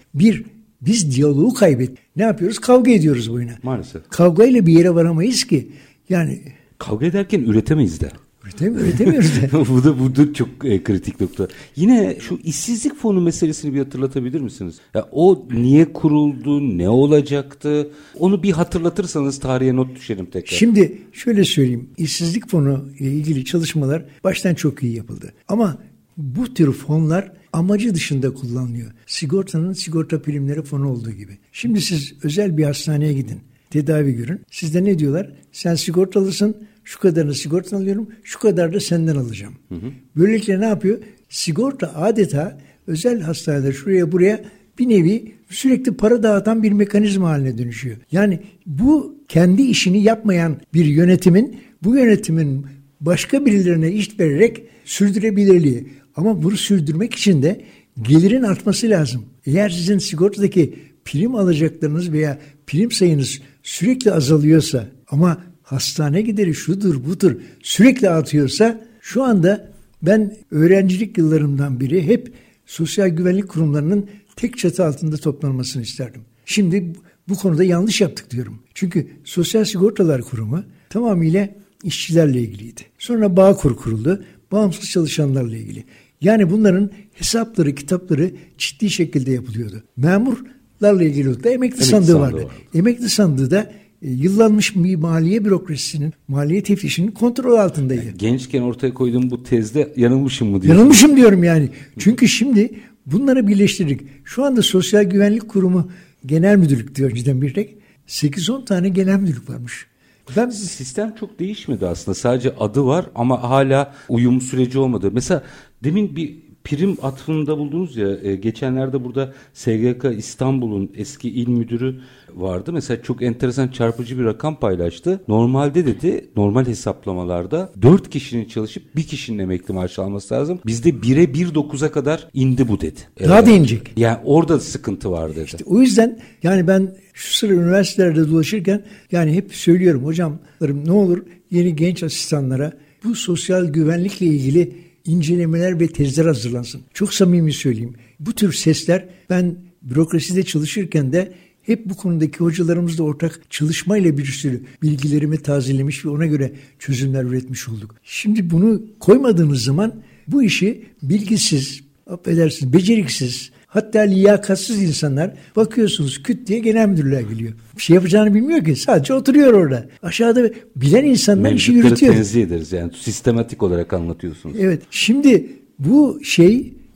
Biz diyaloğu kaybettik. Ne yapıyoruz? Kavga ediyoruz boyuna. Maalesef. Kavgayla bir yere varamayız ki. Yani kavga ederken üretemeyiz de. Üretemiyoruz da. bu da çok kritik nokta. Yine şu işsizlik fonu meselesini bir hatırlatabilir misiniz? Ya o niye kuruldu, ne olacaktı? Onu bir hatırlatırsanız tarihe not düşelim tekrar. Şimdi şöyle söyleyeyim. İşsizlik fonu ile ilgili çalışmalar baştan çok iyi yapıldı. Ama bu tür fonlar amacı dışında kullanılıyor. Sigortanın sigorta primleri fonu olduğu gibi. Şimdi siz özel bir hastaneye gidin, tedavi görün. Sizde ne diyorlar? Sen sigortalısın, şu kadarını sigortadan alıyorum, şu kadar da senden alacağım. Böylelikle ne yapıyor? Sigorta adeta özel hastanede şuraya buraya bir nevi sürekli para dağıtan bir mekanizma haline dönüşüyor. Yani bu kendi işini yapmayan bir yönetimin, bu yönetimin başka birilerine iş vererek sürdürebilirliği. Ama bunu sürdürmek için de gelirin artması lazım. Eğer sizin sigortadaki prim alacaklarınız veya prim sayınız sürekli azalıyorsa ama hastane gideri şudur budur sürekli artıyorsa şu anda ben öğrencilik yıllarımdan beri hep sosyal güvenlik kurumlarının tek çatı altında toplanmasını isterdim. Şimdi bu konuda yanlış yaptık diyorum. Çünkü Sosyal Sigortalar Kurumu tamamıyla işçilerle ilgiliydi. Sonra Bağkur kuruldu. Bağımsız çalışanlarla ilgili. Yani bunların hesapları, kitapları ciddi şekilde yapılıyordu. Memurlarla ilgili olarak da emekli sandığı vardı. Emekli sandığı da yıllanmış bir maliye bürokrasisinin, maliye teftişinin kontrol altındaydı. Yani gençken ortaya koyduğum bu tezde yanılmışım mı diyorsun? Yanılmışım diyorum yani. Çünkü şimdi bunları birleştirdik. Şu anda Sosyal Güvenlik Kurumu Genel Müdürlük diyor önceden bir tek. 8-10 tane genel müdürlük varmış. Sistem çok değişmedi aslında. Sadece adı var ama hala uyum süreci olmadı. Mesela demin bir prim atfında buldunuz ya, geçenlerde burada SGK İstanbul'un eski il müdürü vardı. Mesela çok enteresan, çarpıcı bir rakam paylaştı. Normalde dedi, normal hesaplamalarda 4 kişinin çalışıp 1 kişinin emekli maaşı alması lazım. Bizde 1'e 1.9'a kadar indi bu dedi. Daha da inecek. Yani orada sıkıntı var dedi. İşte o yüzden yani ben şu sıra üniversitelerde dolaşırken yani hep söylüyorum hocamlarım, ne olur yeni genç asistanlara bu sosyal güvenlikle ilgili incelemeler ve tezler hazırlansın. Çok samimi söyleyeyim. Bu tür sesler ben bürokraside çalışırken de hep bu konudaki hocalarımızla ortak çalışmayla bir sürü bilgilerimi tazelemiş ve ona göre çözümler üretmiş olduk. Şimdi bunu koymadığınız zaman bu işi bilgisiz, affedersiniz beceriksiz, hatta liyakatsız insanlar bakıyorsunuz küt diye genel müdürlüğe geliyor. Bir şey yapacağını bilmiyor ki, sadece oturuyor orada. Aşağıda bilen insanlar işi yürütüyor. Tenzih ederiz yani, sistematik olarak anlatıyorsunuz. Evet, şimdi bu şey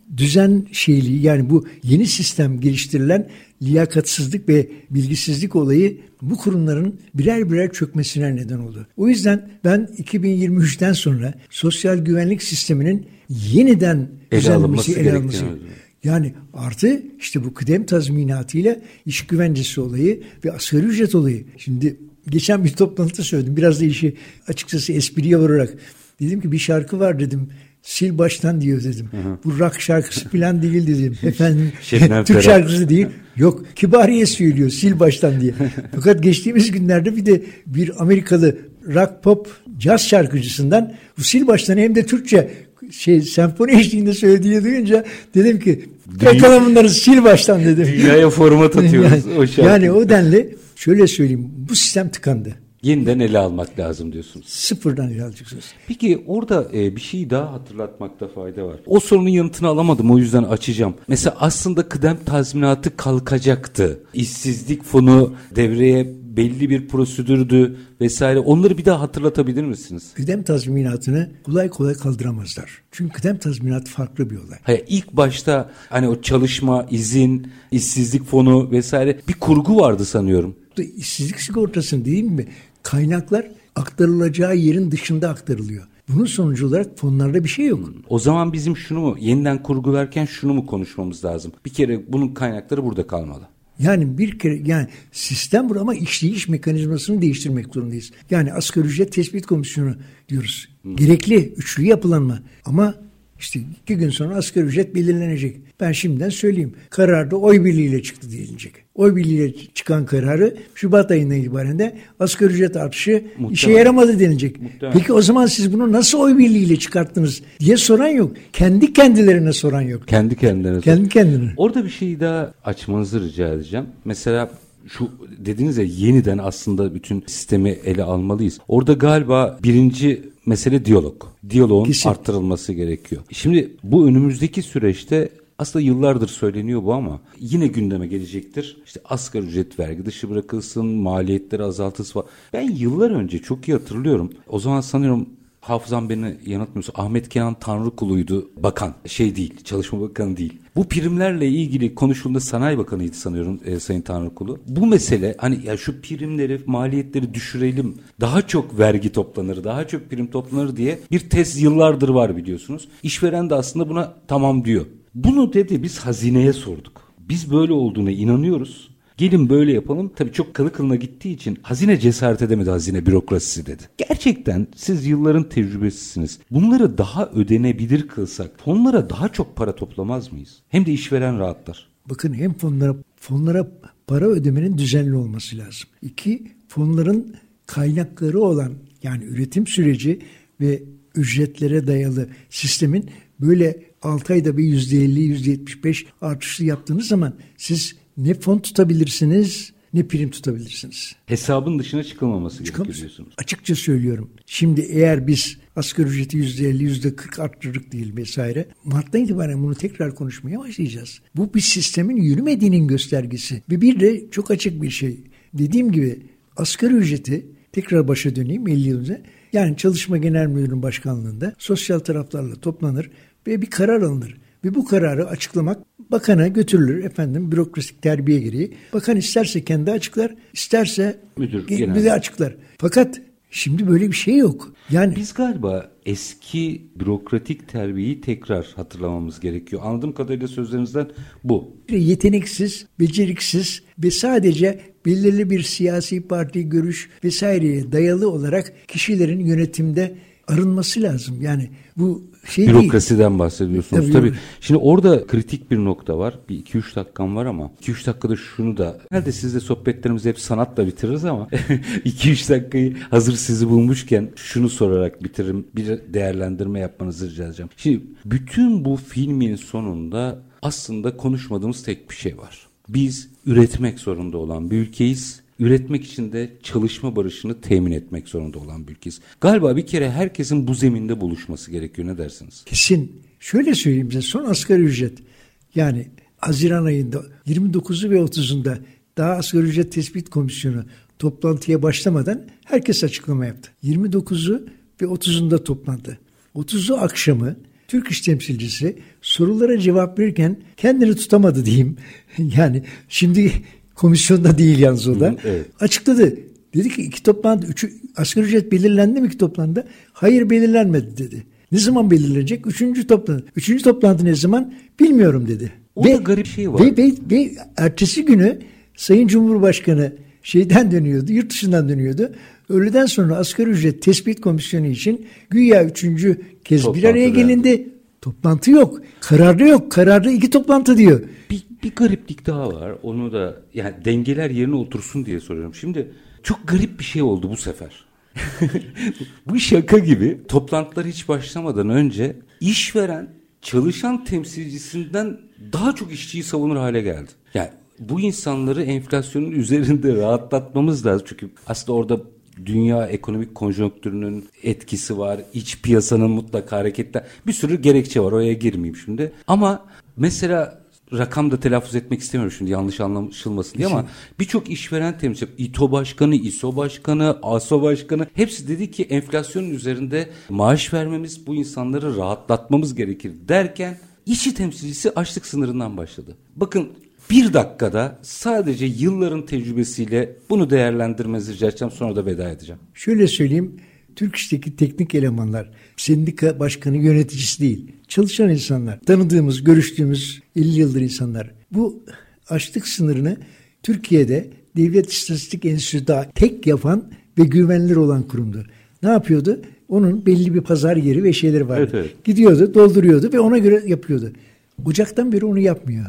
düzen şeyliği, yani bu yeni sistem geliştirilen liyakatsızlık ve bilgisizlik olayı bu kurumların birer birer çökmesine neden oldu. O yüzden ben 2023'ten sonra sosyal güvenlik sisteminin yeniden düzenlenmesi, ele alınması. Yani artı işte bu kıdem tazminatıyla iş güvencesi olayı ve asgari ücret olayı. Şimdi geçen bir toplantıda söyledim. Biraz da işi açıkçası espriye vurarak. Dedim ki bir şarkı var dedim. Sil baştan diyor dedim. Hı-hı. Bu rock şarkısı falan değil dedim. Efendim Türk şarkısı değil. Yok, Kibariye söylüyor sil baştan diye. Fakat geçtiğimiz günlerde bir de bir Amerikalı rock pop caz şarkıcısından bu sil baştan hem de Türkçe senfoni eşliğinde söylediğini duyunca dedim ki yakalım bunları sil baştan dedim. Dünyaya format atıyoruz o şarkıyı. Yani o denli şöyle söyleyeyim, bu sistem tıkandı. Yeniden ele almak lazım diyorsunuz. Sıfırdan ele alacaksınız. Peki orada bir şey daha hatırlatmakta fayda var. O sorunun yanıtını alamadım, o yüzden açacağım. Mesela aslında kıdem tazminatı kalkacaktı. İşsizlik fonu devreye belli bir prosedürdü vesaire. Onları bir daha hatırlatabilir misiniz? Kıdem tazminatını kolay kolay kaldıramazlar. Çünkü kıdem tazminatı farklı bir olay. Hayır, ilk başta hani o çalışma, izin, işsizlik fonu vesaire bir kurgu vardı sanıyorum. İşsizlik sigortasının değil mi? Kaynaklar aktarılacağı yerin dışında aktarılıyor. Bunun sonucu olarak fonlarda bir şey yok. O zaman bizim şunu mu, yeniden kurgularken şunu mu konuşmamız lazım? Bir kere bunun kaynakları burada kalmalı. Yani bir kere, yani sistem bu ama işleyiş mekanizmasını değiştirmek zorundayız. Yani asgari ücret tespit komisyonu diyoruz. Gerekli üçlü yapılanma ama işte 2 gün sonra asgari ücret belirlenecek. Ben şimdiden söyleyeyim. Kararda oy birliğiyle çıktı denilecek. Oy birliğiyle çıkan kararı Şubat ayından itibaren de asgari ücret artışı işe yaramadı denilecek. Peki o zaman siz bunu nasıl oy birliğiyle çıkarttınız diye soran yok. Kendi kendilerine soran yok. Kendi kendilerine. Kendi kendine. Orada bir şey daha açmanızı rica edeceğim. Mesela şu dediğiniz ya, yeniden aslında bütün sistemi ele almalıyız. Orada galiba birinci mesele diyalog. Diyaloğun arttırılması gerekiyor. Şimdi bu önümüzdeki süreçte aslında yıllardır söyleniyor bu ama yine gündeme gelecektir. İşte asgari ücret vergi dışı bırakılsın, maliyetleri azaltılsın. Ben yıllar önce çok iyi hatırlıyorum. O zaman sanıyorum, hafızam beni yanıltmıyorsa, Ahmet Kenan Tanrıkulu'ydu bakan. Değil, Çalışma Bakanı değil. Bu primlerle ilgili konuşulduğunda Sanayi Bakanı'ydı sanıyorum Sayın Tanrıkulu. Bu mesele hani ya şu primleri, maliyetleri düşürelim, daha çok vergi toplanır, daha çok prim toplanır diye bir tez yıllardır var biliyorsunuz. İşveren de aslında buna tamam diyor. Bunu dedi, biz hazineye sorduk. Biz böyle olduğuna inanıyoruz. Gelin böyle yapalım. Tabii çok kılı kılına gittiği için hazine cesaret edemedi, hazine bürokrasisi dedi. Gerçekten siz yılların tecrübesisiniz. Bunları daha ödenebilir kılsak fonlara daha çok para toplamaz mıyız? Hem de işveren rahatlar. Bakın, hem fonlara para ödemenin düzenli olması lazım. 2, fonların kaynakları olan, yani üretim süreci ve ücretlere dayalı sistemin böyle 6 ayda bir %50, %75 artışlı yaptığınız zaman siz ne fon tutabilirsiniz ne prim tutabilirsiniz. Hesabın dışına çıkılmaması gerekiyor diyorsunuz. Açıkça söylüyorum. Şimdi eğer biz asgari ücreti %50, %40 arttırdık değil vesaire, Mart'tan itibaren bunu tekrar konuşmaya başlayacağız. Bu bir sistemin yürümediğinin göstergesi. Ve bir de çok açık bir şey. Dediğim gibi asgari ücreti, tekrar başa döneyim 50 yıl önce, yani Çalışma Genel Müdürlüğü'nün başkanlığında sosyal taraflarla toplanır ve bir karar alınır. Ve bu kararı açıklamak bakana götürülür, bürokratik terbiye gereği. Bakan isterse kendi açıklar, isterse bize açıklar. Fakat şimdi böyle bir şey yok. Yani biz galiba eski bürokratik terbiyeyi tekrar hatırlamamız gerekiyor. Anladığım kadarıyla sözlerinizden bu. Yeteneksiz, beceriksiz ve sadece belirli bir siyasi parti görüş vesaireye dayalı olarak kişilerin yönetimde arınması lazım. Yani bu bürokrasiden değil. Bahsediyorsunuz. Tabii. Şimdi orada kritik bir nokta var. Bir 2-3 dakikam var ama 2-3 dakikada şunu da, herhalde sizle sohbetlerimizi hep sanatla bitiririz ama 2-3 dakikayı hazır sizi bulmuşken şunu sorarak bitiririm. Bir değerlendirme yapmanızı rica edeceğim. Şimdi bütün bu filmin sonunda aslında konuşmadığımız tek bir şey var. Biz üretmek zorunda olan bir ülkeyiz. Üretmek için de çalışma barışını temin etmek zorunda olan bir ülkeyiz. Galiba bir kere herkesin bu zeminde buluşması gerekiyor. Ne dersiniz? Kesin. Şöyle söyleyeyim size, son asgari ücret, yani Haziran ayında 29'u ve 30'unda daha asgari ücret tespit komisyonu toplantıya başlamadan herkes açıklama yaptı. 29'u ve 30'unda toplandı. 30'u akşamı Türk İş temsilcisi sorulara cevap verirken kendini tutamadı diyeyim. Yani şimdi komisyonda değil yalnız o da. Evet. Açıkladı. Dedi ki iki toplantı, asgari ücret belirlendi mi iki toplantıda? Hayır, belirlenmedi dedi. Ne zaman belirlenecek? Üçüncü toplantı ne zaman? Bilmiyorum dedi. O da garip şey var. Ve ertesi günü Sayın Cumhurbaşkanı yurt dışından dönüyordu. Öğleden sonra asgari ücret tespit komisyonu için güya üçüncü kez Toplantı bir araya gelindi. Toplantı yok. Kararda yok. Kararda iki toplantı diyor. Bir gariplik daha var. Onu da yani dengeler yerine otursun diye soruyorum. Şimdi çok garip bir şey oldu bu sefer. Bu şaka gibi. Toplantılar hiç başlamadan önce işveren çalışan temsilcisinden daha çok işçiyi savunur hale geldi. Yani bu insanları enflasyonun üzerinde rahatlatmamız lazım. Çünkü aslında orada dünya ekonomik konjonktürünün etkisi var. İç piyasanın mutlaka hareketler. Bir sürü gerekçe var. Oraya girmeyeyim şimdi. Ama mesela rakam da telaffuz etmek istemiyorum şimdi yanlış anlaşılmasın diye ama birçok işveren temsil, İTO Başkanı, İSO Başkanı, ASO Başkanı hepsi dedi ki enflasyonun üzerinde maaş vermemiz, bu insanları rahatlatmamız gerekir derken işçi temsilcisi açlık sınırından başladı. Bakın bir dakikada sadece yılların tecrübesiyle bunu değerlendirmenizi rica edeceğim, sonra da veda edeceğim. Şöyle söyleyeyim, Türk İş'teki teknik elemanlar, sendika başkanı, yöneticisi değil, çalışan insanlar, tanıdığımız, görüştüğümüz 50 yıldır insanlar. Bu açlık sınırını Türkiye'de Devlet İstatistik Enstitüsü daha tek yapan ve güvenilir olan kurumdu. Ne yapıyordu? Onun belli bir pazar yeri ve şeyleri vardı. Evet. Gidiyordu, dolduruyordu ve ona göre yapıyordu. Ocaktan beri onu yapmıyor.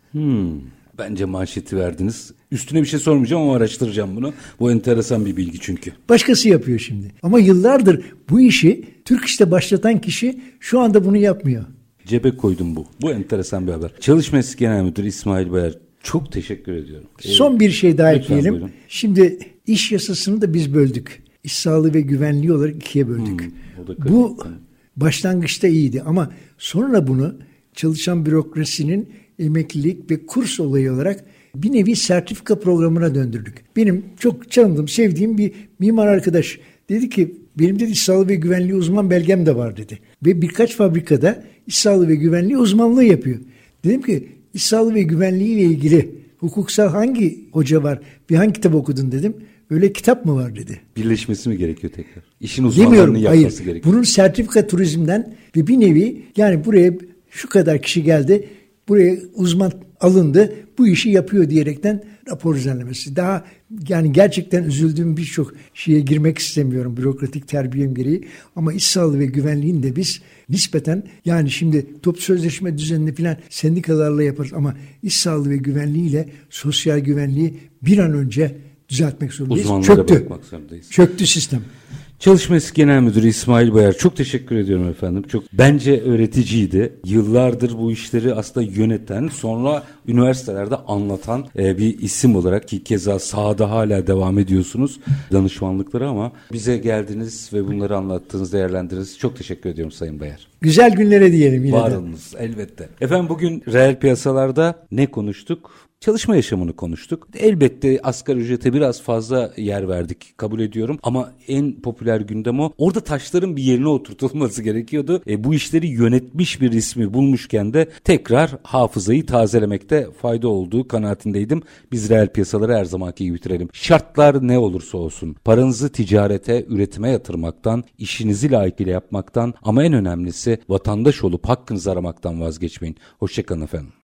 Bence manşeti verdiniz. Üstüne bir şey sormayacağım ama araştıracağım bunu. Bu enteresan bir bilgi çünkü. Başkası yapıyor şimdi. Ama yıllardır bu işi Türk İş'te başlatan kişi şu anda bunu yapmıyor. Cebe koydum bu. Bu enteresan bir haber. Çalışma Eski Genel Müdürü İsmail Bayar, çok teşekkür ediyorum. Son bir şey daha Lütfen ekleyelim. buyurun. Şimdi iş yasasını da biz böldük. İş sağlığı ve güvenliği olarak ikiye böldük. O da Bu başlangıçta iyiydi ama sonra bunu çalışan bürokrasinin emeklilik ve kurs olayı olarak bir nevi sertifika programına döndürdük. Benim çok tanıdığım, sevdiğim bir mimar arkadaş dedi ki benim dedi iş sağlığı ve güvenliği uzman belgem de var dedi. Ve birkaç fabrikada iş sağlığı ve güvenliği uzmanlığı yapıyor. Dedim ki iş sağlığı ve güvenliği ile ilgili hukuksal hangi hoca var, bir hangi kitap okudun dedim. Öyle kitap mı var dedi. Birleşmesi mi gerekiyor tekrar? İşin uzmanlarının yapması gerekiyor. Bunun sertifika turizmden ve bir nevi yani buraya şu kadar kişi geldi, buraya uzman alındı, bu işi yapıyor diyerekten rapor düzenlemesi. Daha yani gerçekten üzüldüğüm birçok şeye girmek istemiyorum bürokratik terbiyem gereği. Ama iş sağlığı ve güvenliğini de biz nispeten yani şimdi toplu sözleşme düzenini falan sendikalarla yaparız ama iş sağlığı ve güvenliğiyle sosyal güvenliği bir an önce düzeltmek zorundayız. Uzmanlara bakmak zorundayız. Çöktü sistem. Çalışma Eski Genel Müdürü İsmail Bayar, çok teşekkür ediyorum efendim. Çok bence öğreticiydi. Yıllardır bu işleri aslında yöneten, sonra üniversitelerde anlatan bir isim olarak ki keza sahada hala devam ediyorsunuz danışmanlıkları ama bize geldiniz ve bunları anlattığınız, değerlendirdiniz. Çok teşekkür ediyorum Sayın Bayar. Güzel günlere diyelim yine Var de. olunuz elbette. Efendim bugün reel piyasalarda ne konuştuk? Çalışma yaşamını konuştuk. Elbette asgari ücrete biraz fazla yer verdik, kabul ediyorum. Ama en popüler gündem o. Orada taşların bir yerine oturtulması gerekiyordu. Bu işleri yönetmiş bir ismi bulmuşken de tekrar hafızayı tazelemekte fayda olduğu kanaatindeydim. Biz reel piyasaları her zamanki gibi bitirelim. Şartlar ne olursa olsun paranızı ticarete, üretime yatırmaktan, işinizi layıkıyla yapmaktan ama en önemlisi vatandaş olup hakkınızı aramaktan vazgeçmeyin. Hoşçakalın efendim.